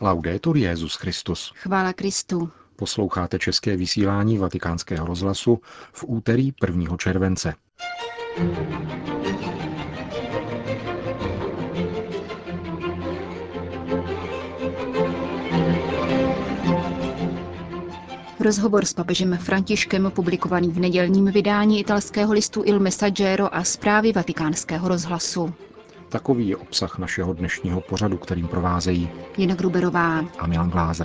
Laudetur Jesus Christus. Chvála Kristu. Posloucháte české vysílání Vatikánského rozhlasu v úterý 1. července. Rozhovor s papežem Františkem publikovaný v nedělním vydání italského listu Il Messaggero a zprávy Vatikánského rozhlasu. Takový je obsah našeho dnešního pořadu, kterým provázejí Jana Gruberová a Milan Glázer.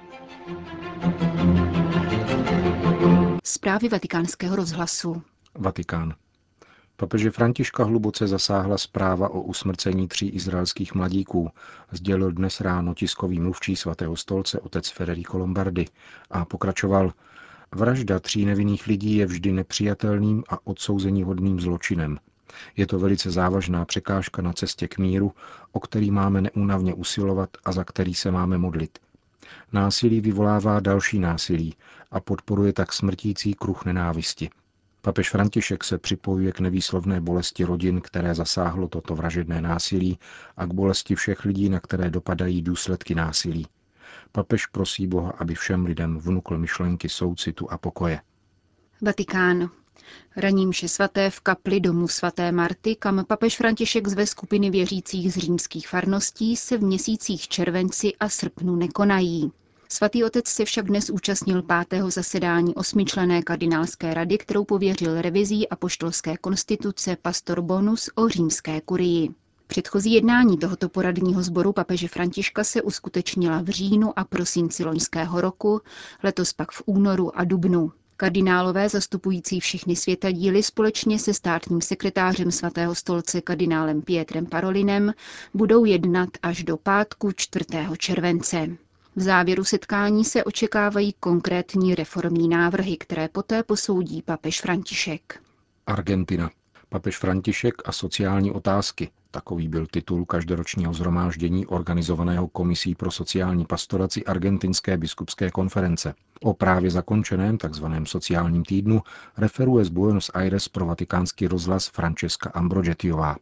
Zprávy Vatikánského rozhlasu. Vatikán. Papeže Františka hluboce zasáhla zpráva o usmrcení 3 izraelských mladíků, sdělil dnes ráno tiskový mluvčí Svatého stolce otec Federico Lombardi a pokračoval: Vražda 3 nevinných lidí je vždy nepřijatelným a odsouzeníhodným zločinem. Je to velice závažná překážka na cestě k míru, o který máme neúnavně usilovat a za který se máme modlit. Násilí vyvolává další násilí a podporuje tak smrtící kruh nenávisti. Papež František se připojuje k nevýslovné bolesti rodin, které zasáhlo toto vražedné násilí, a k bolesti všech lidí, na které dopadají důsledky násilí. Papež prosí Boha, aby všem lidem vnukl myšlenky soucitu a pokoje. Vatikán. Ranní mše svaté v kapli domu svaté Marty, kam papež František zve skupiny věřících z římských farností, se v měsících červenci a srpnu nekonají. Svatý otec se však dnes účastnil 5. zasedání 8členné kardinálské rady, kterou pověřil revizí apoštolské konstituce Pastor Bonus o římské kurii. Předchozí jednání tohoto poradního sboru papeže Františka se uskutečnila v říjnu a prosinci loňského roku, letos pak v únoru a dubnu. Kardinálové zastupující všechny světadíly společně se státním sekretářem Svatého stolce kardinálem Pietrem Parolinem budou jednat až do pátku 4. července. V závěru setkání se očekávají konkrétní reformní návrhy, které poté posoudí papež František. Argentina. Papež František a sociální otázky. Takový byl titul každoročního shromáždění organizovaného Komisí pro sociální pastoraci Argentinské biskupské konference. O právě zakončeném tzv. Sociálním týdnu referuje z Buenos Aires pro vatikánský rozhlas Francesca Ambrogettiová.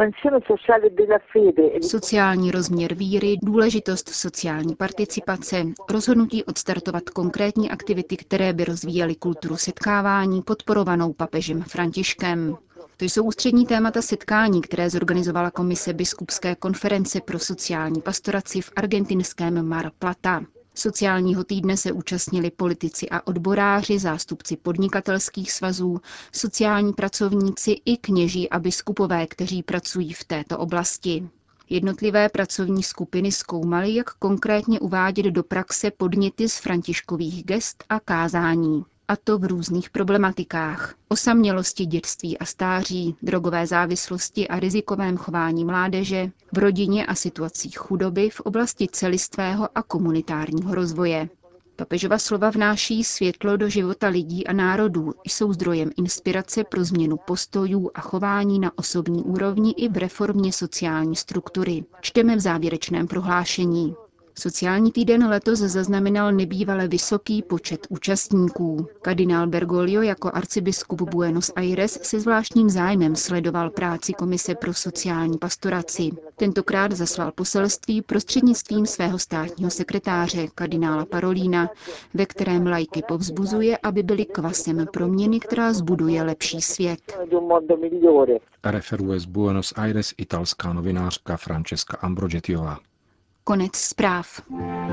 Sociální rozměr víry, důležitost sociální participace, rozhodnutí odstartovat konkrétní aktivity, které by rozvíjely kulturu setkávání podporovanou papežem Františkem. To jsou ústřední témata setkání, které zorganizovala Komise biskupské konference pro sociální pastoraci v argentinském Mar Plata. Sociálního týdne se účastnili politici a odboráři, zástupci podnikatelských svazů, sociální pracovníci i kněží a biskupové, kteří pracují v této oblasti. Jednotlivé pracovní skupiny zkoumaly, jak konkrétně uvádět do praxe podněty z františkových gest a kázání. A to v různých problematikách. Osamělosti dětství a stáří, drogové závislosti a rizikovém chování mládeže, v rodině a situacích chudoby v oblasti celistvého a komunitárního rozvoje. Papežova slova vnáší světlo do života lidí a národů, jsou zdrojem inspirace pro změnu postojů a chování na osobní úrovni i v reformě sociální struktury. Čteme v závěrečném prohlášení. Sociální týden letos zaznamenal nebývale vysoký počet účastníků. Kardinál Bergoglio jako arcibiskup Buenos Aires se zvláštním zájmem sledoval práci Komise pro sociální pastoraci. Tentokrát zaslal poselství prostřednictvím svého státního sekretáře, kardinála Parolina, ve kterém laiky povzbuzuje, aby byli kvasem proměny, která zbuduje lepší svět. Referuje z Buenos Aires italská novinářka Francesca Ambrogettiová. Konec zpráv.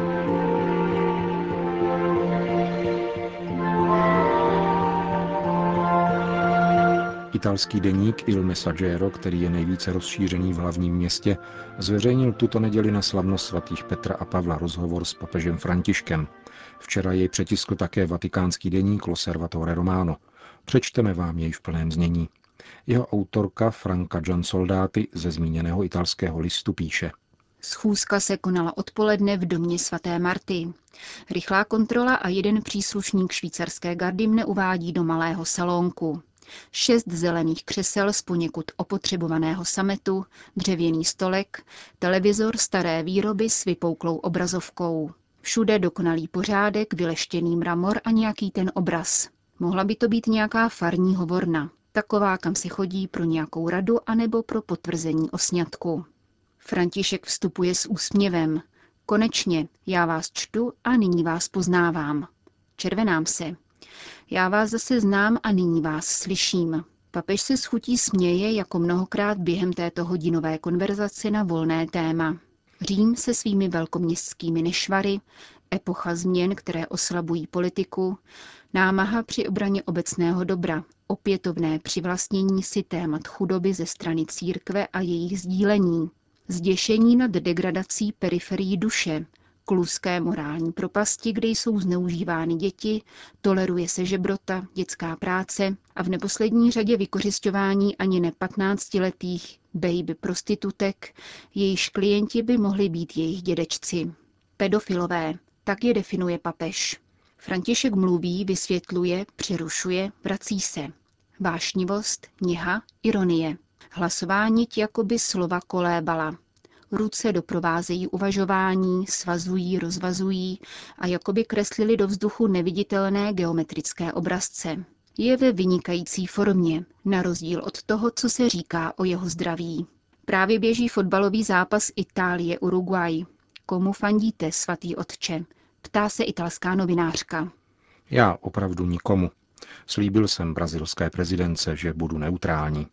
Italský deník Il Messaggero, který je nejvíce rozšířený v hlavním městě, zveřejnil tuto neděli na slavnost svatých Petra a Pavla rozhovor s papežem Františkem. Včera jej přetiskl také vatikánský deník L'Osservatore Romano. Přečteme vám jej v plném znění. Jeho autorka Franca Giansoldati ze zmíněného italského listu píše: Schůzka se konala odpoledne v domě svaté Marty. Rychlá kontrola a jeden příslušník švýcarské gardy mne uvádí do malého salonku. 6 zelených křesel z poněkud opotřebovaného sametu, dřevěný stolek, televizor staré výroby s vypouklou obrazovkou. Všude dokonalý pořádek, vyleštěný mramor a nějaký ten obraz. Mohla by to být nějaká farní hovorna, taková, kam se chodí pro nějakou radu anebo pro potvrzení o sňatku. František vstupuje s úsměvem. Konečně, já vás čtu a nyní vás poznávám. Červenám se. Já vás zase znám a nyní vás slyším. Papež se s chutí směje jako mnohokrát během této hodinové konverzace na volné téma. Řím se svými velkoměstskými nešvary, epocha změn, které oslabují politiku, námaha při obraně obecného dobra, opětovné přivlastnění si témat chudoby ze strany církve a jejich sdílení, zděšení nad degradací periferií duše, kluské morální propasti, kde jsou zneužívány děti, toleruje se žebrota, dětská práce a v neposlední řadě vykořisťování ani ne 15letých baby prostitutek, jejichž klienti by mohli být jejich dědečci. Pedofilové, tak je definuje papež. František mluví, vysvětluje, přerušuje, vrací se. Vášnivost, něha, ironie. Hlasování jakoby slova kolébala. Ruce doprovázejí uvažování, svazují, rozvazují a jakoby kreslili do vzduchu neviditelné geometrické obrazce. Je ve vynikající formě, na rozdíl od toho, co se říká o jeho zdraví. Právě běží fotbalový zápas Itálie-Uruguay. Komu fandíte, svatý otče? Ptá se italská novinářka. Já opravdu nikomu. Slíbil jsem brazilské prezidentce, že budu neutrální.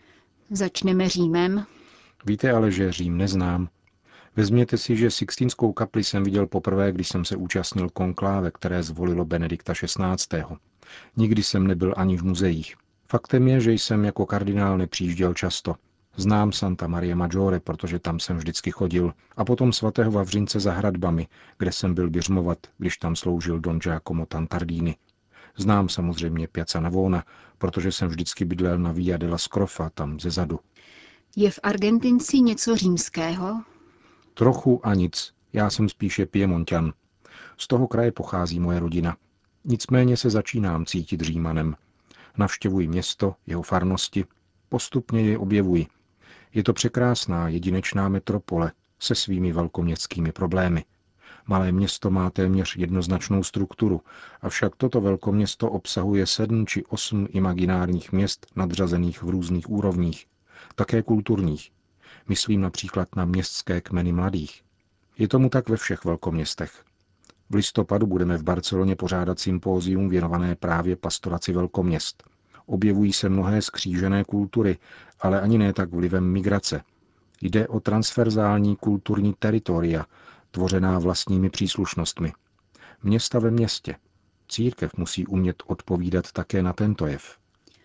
Začneme Římem. Víte ale, že Řím neznám. Vezměte si, že Sixtínskou kapli jsem viděl poprvé, když jsem se účastnil konkláve, které zvolilo Benedikta XVI. Nikdy jsem nebyl ani v muzeích. Faktem je, že jsem jako kardinál nepřijížděl často. Znám Santa Maria Maggiore, protože tam jsem vždycky chodil, a potom svatého Vavřince za hradbami, kde jsem byl běžmovat, když tam sloužil don Giacomo Tantardini. Znám samozřejmě Piazza Navona, protože jsem vždycky bydlel na Via della Scrofa, tam zezadu. Je v Argentinci něco římského? Trochu a nic. Já jsem spíše Piemonťan. Z toho kraje pochází moje rodina. Nicméně se začínám cítit Římanem. Navštěvuji město, jeho farnosti, postupně je objevuji. Je to překrásná, jedinečná metropole se svými velkoměstskými problémy. Malé město má téměř jednoznačnou strukturu, avšak toto velkoměsto obsahuje 7 či 8 imaginárních měst nadřazených v různých úrovních, také kulturních. Myslím například na městské kmeny mladých. Je tomu tak ve všech velkoměstech. V listopadu budeme v Barceloně pořádat sympózium věnované právě pastoraci velkoměst. Objevují se mnohé skřížené kultury, ale ani ne tak vlivem migrace. Jde o transverzální kulturní teritoria, tvořená vlastními příslušnostmi. Města ve městě. Církev musí umět odpovídat také na tento jev.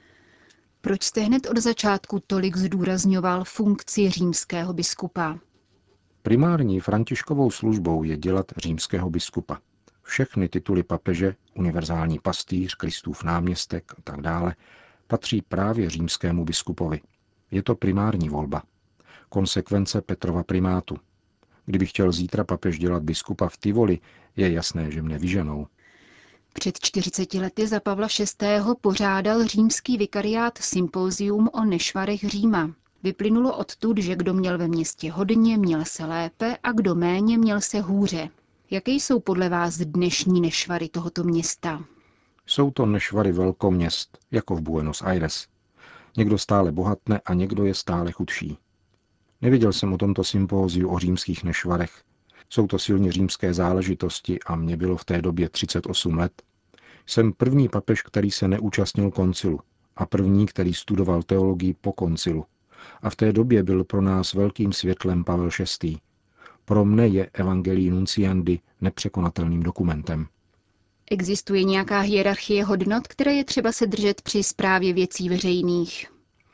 Proč jste hned od začátku tolik zdůrazňoval funkci římského biskupa? Primární Františkovou službou je dělat římského biskupa. Všechny tituly papeže, univerzální pastýř, Kristův náměstek a tak dále, patří právě římskému biskupovi. Je to primární volba. Konsekvence Petrova primátu. Kdyby chtěl zítra papež dělat biskupa v Tivoli, je jasné, že mne vyženou. Před 40 lety za Pavla VI. Pořádal římský vikariát sympózium o nešvarech Říma. Vyplynulo odtud, že kdo měl ve městě hodně, měl se lépe a kdo méně, měl se hůře. Jaké jsou podle vás dnešní nešvary tohoto města? Jsou to nešvary velkoměst, jako v Buenos Aires. Někdo stále bohatne a někdo je stále chudší. Neviděl jsem o tomto sympóziu o římských nešvarech. Jsou to silně římské záležitosti a mně bylo v té době 38 let. Jsem první papež, který se neúčastnil koncilu a první, který studoval teologii po koncilu. A v té době byl pro nás velkým světlem Pavel VI. Pro mne je Evangelii Nunciandi nepřekonatelným dokumentem. Existuje nějaká hierarchie hodnot, které je třeba se držet při správě věcí veřejných?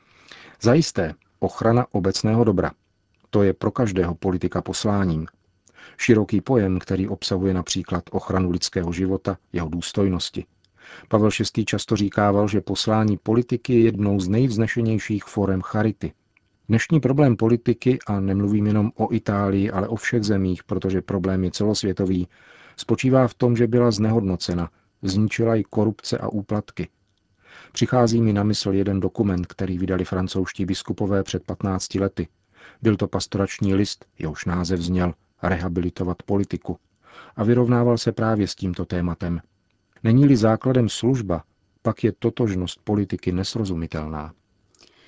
Zajisté, ochrana obecného dobra. To je pro každého politika posláním. Široký pojem, který obsahuje například ochranu lidského života, jeho důstojnosti. Pavel VI. Často říkával, že poslání politiky je jednou z nejvznešenějších forem charity. Dnešní problém politiky, a nemluvím jenom o Itálii, ale o všech zemích, protože problém je celosvětový, spočívá v tom, že byla znehodnocena, zničila ji korupce a úplatky. Přichází mi na mysl jeden dokument, který vydali francouzští biskupové před 15 lety. Byl to pastorační list, jehož název zněl Rehabilitovat politiku a vyrovnával se právě s tímto tématem. Není-li základem služba, pak je totožnost politiky nesrozumitelná.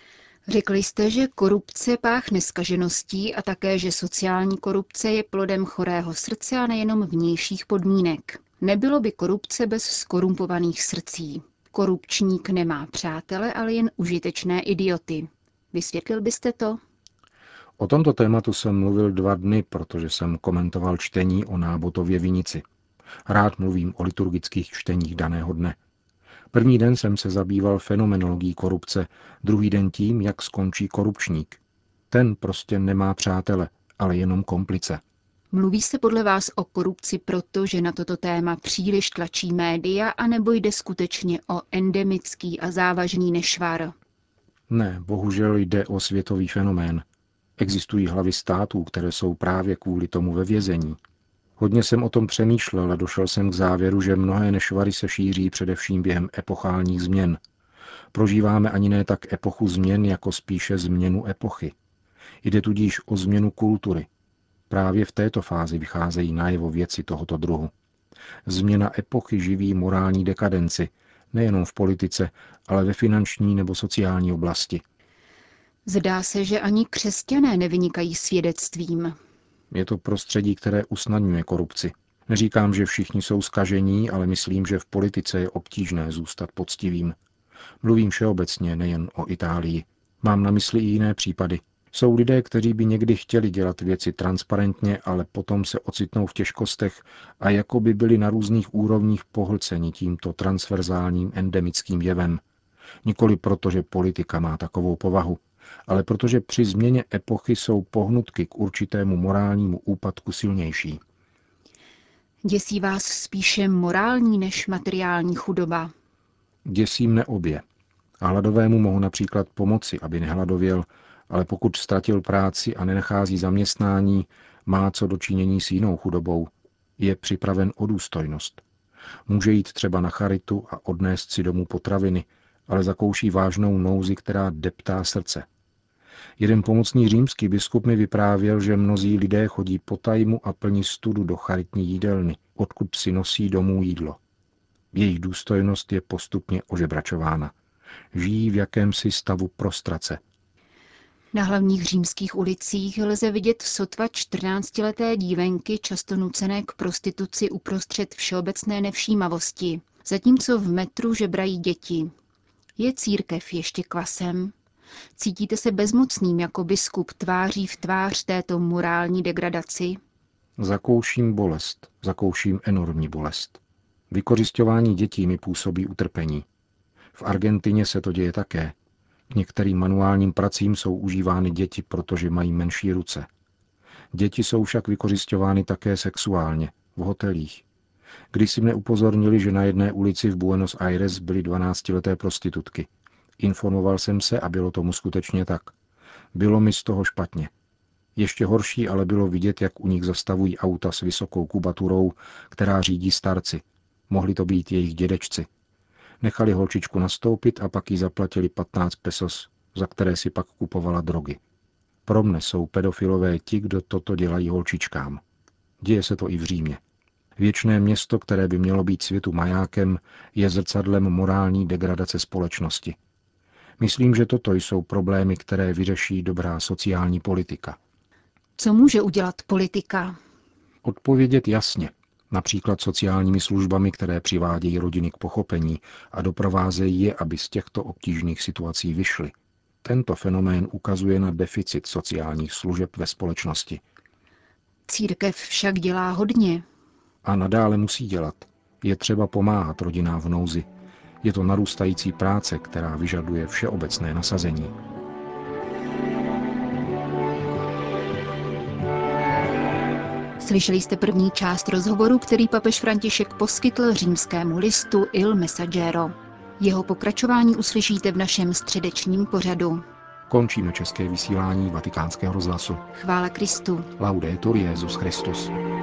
Řekli jste, že korupce páchne zkažeností a také, že sociální korupce je plodem chorého srdce a nejenom vnějších podmínek. Nebylo by korupce bez skorumpovaných srdcí. Korupčník nemá přátele, ale jen užitečné idioty. Vysvětlil byste to? O tomto tématu jsem mluvil 2 dny, protože jsem komentoval čtení o Nábotově vinici. Rád mluvím o liturgických čteních daného dne. První den jsem se zabýval fenomenologií korupce, druhý den tím, jak skončí korupčník. Ten prostě nemá přátele, ale jenom komplice. Mluví se podle vás o korupci proto, že na toto téma příliš tlačí média, anebo jde skutečně o endemický a závažný nešvar? Ne, bohužel jde o světový fenomén. Existují hlavy států, které jsou právě kvůli tomu ve vězení. Hodně jsem o tom přemýšlel a došel jsem k závěru, že mnohé nešvary se šíří především během epochálních změn. Prožíváme ani ne tak epochu změn, jako spíše změnu epochy. Jde tudíž o změnu kultury. Právě v této fázi vycházejí najevo věci tohoto druhu. Změna epochy živí morální dekadenci, nejenom v politice, ale ve finanční nebo sociální oblasti. Zdá se, že ani křesťané nevynikají svědectvím. Je to prostředí, které usnadňuje korupci. Neříkám, že všichni jsou zkažení, ale myslím, že v politice je obtížné zůstat poctivým. Mluvím všeobecně, nejen o Itálii. Mám na mysli i jiné případy. Jsou lidé, kteří by někdy chtěli dělat věci transparentně, ale potom se ocitnou v těžkostech a jako by byli na různých úrovních pohlceni tímto transverzálním endemickým jevem. Nikoli proto, že politika má takovou povahu, ale protože při změně epochy jsou pohnutky k určitému morálnímu úpadku silnější. Děsí vás spíše morální než materiální chudoba. Děsí mne obě. A hladovému mohu například pomoci, aby nehladověl, ale pokud ztratil práci a nenachází zaměstnání, má co dočinění s jinou chudobou. Je připraven o důstojnost. Může jít třeba na charitu a odnést si domů potraviny, ale zakouší vážnou nouzi, která deptá srdce. Jeden pomocný římský biskup mi vyprávěl, že mnozí lidé chodí po tajmu a plní studu do charitní jídelny, odkud si nosí domů jídlo. Jejich důstojnost je postupně ožebračována. Žijí v jakémsi stavu prostrace. Na hlavních římských ulicích lze vidět sotva 14leté dívenky, často nucené k prostituci uprostřed všeobecné nevšímavosti, zatímco v metru žebrají děti. Je církev ještě kvasem? Cítíte se bezmocným jako biskup tváří v tvář této morální degradaci? Zakouším bolest, zakouším enormní bolest. Vykořisťování dětí mi působí utrpení. V Argentině se to děje také. K některým manuálním pracím jsou užívány děti, protože mají menší ruce. Děti jsou však vykořisťovány také sexuálně, v hotelích. Když si mne upozornili, že na jedné ulici v Buenos Aires byly 12leté prostitutky. Informoval jsem se a bylo tomu skutečně tak. Bylo mi z toho špatně. Ještě horší ale bylo vidět, jak u nich zastavují auta s vysokou kubaturou, která řídí starci. Mohli to být jejich dědečci. Nechali holčičku nastoupit a pak jí zaplatili 15 pesos, za které si pak kupovala drogy. Pro mne jsou pedofilové ti, kdo toto dělají holčičkám. Děje se to i v Římě. Věčné město, které by mělo být světu majákem, je zrcadlem morální degradace společnosti. Myslím, že toto jsou problémy, které vyřeší dobrá sociální politika. Co může udělat politika? Odpovědět jasně, například sociálními službami, které přivádějí rodiny k pochopení a doprovázejí je, aby z těchto obtížných situací vyšly. Tento fenomén ukazuje na deficit sociálních služeb ve společnosti. Církev však dělá hodně. A nadále musí dělat. Je třeba pomáhat rodinám v nouzi. Je to narůstající práce, která vyžaduje všeobecné nasazení. Slyšeli jste první část rozhovoru, který papež František poskytl římskému listu Il Messaggero. Jeho pokračování uslyšíte v našem středečním pořadu. Končíme české vysílání Vatikánského rozhlasu. Chvála Kristu. Laudetur Jesus Christus.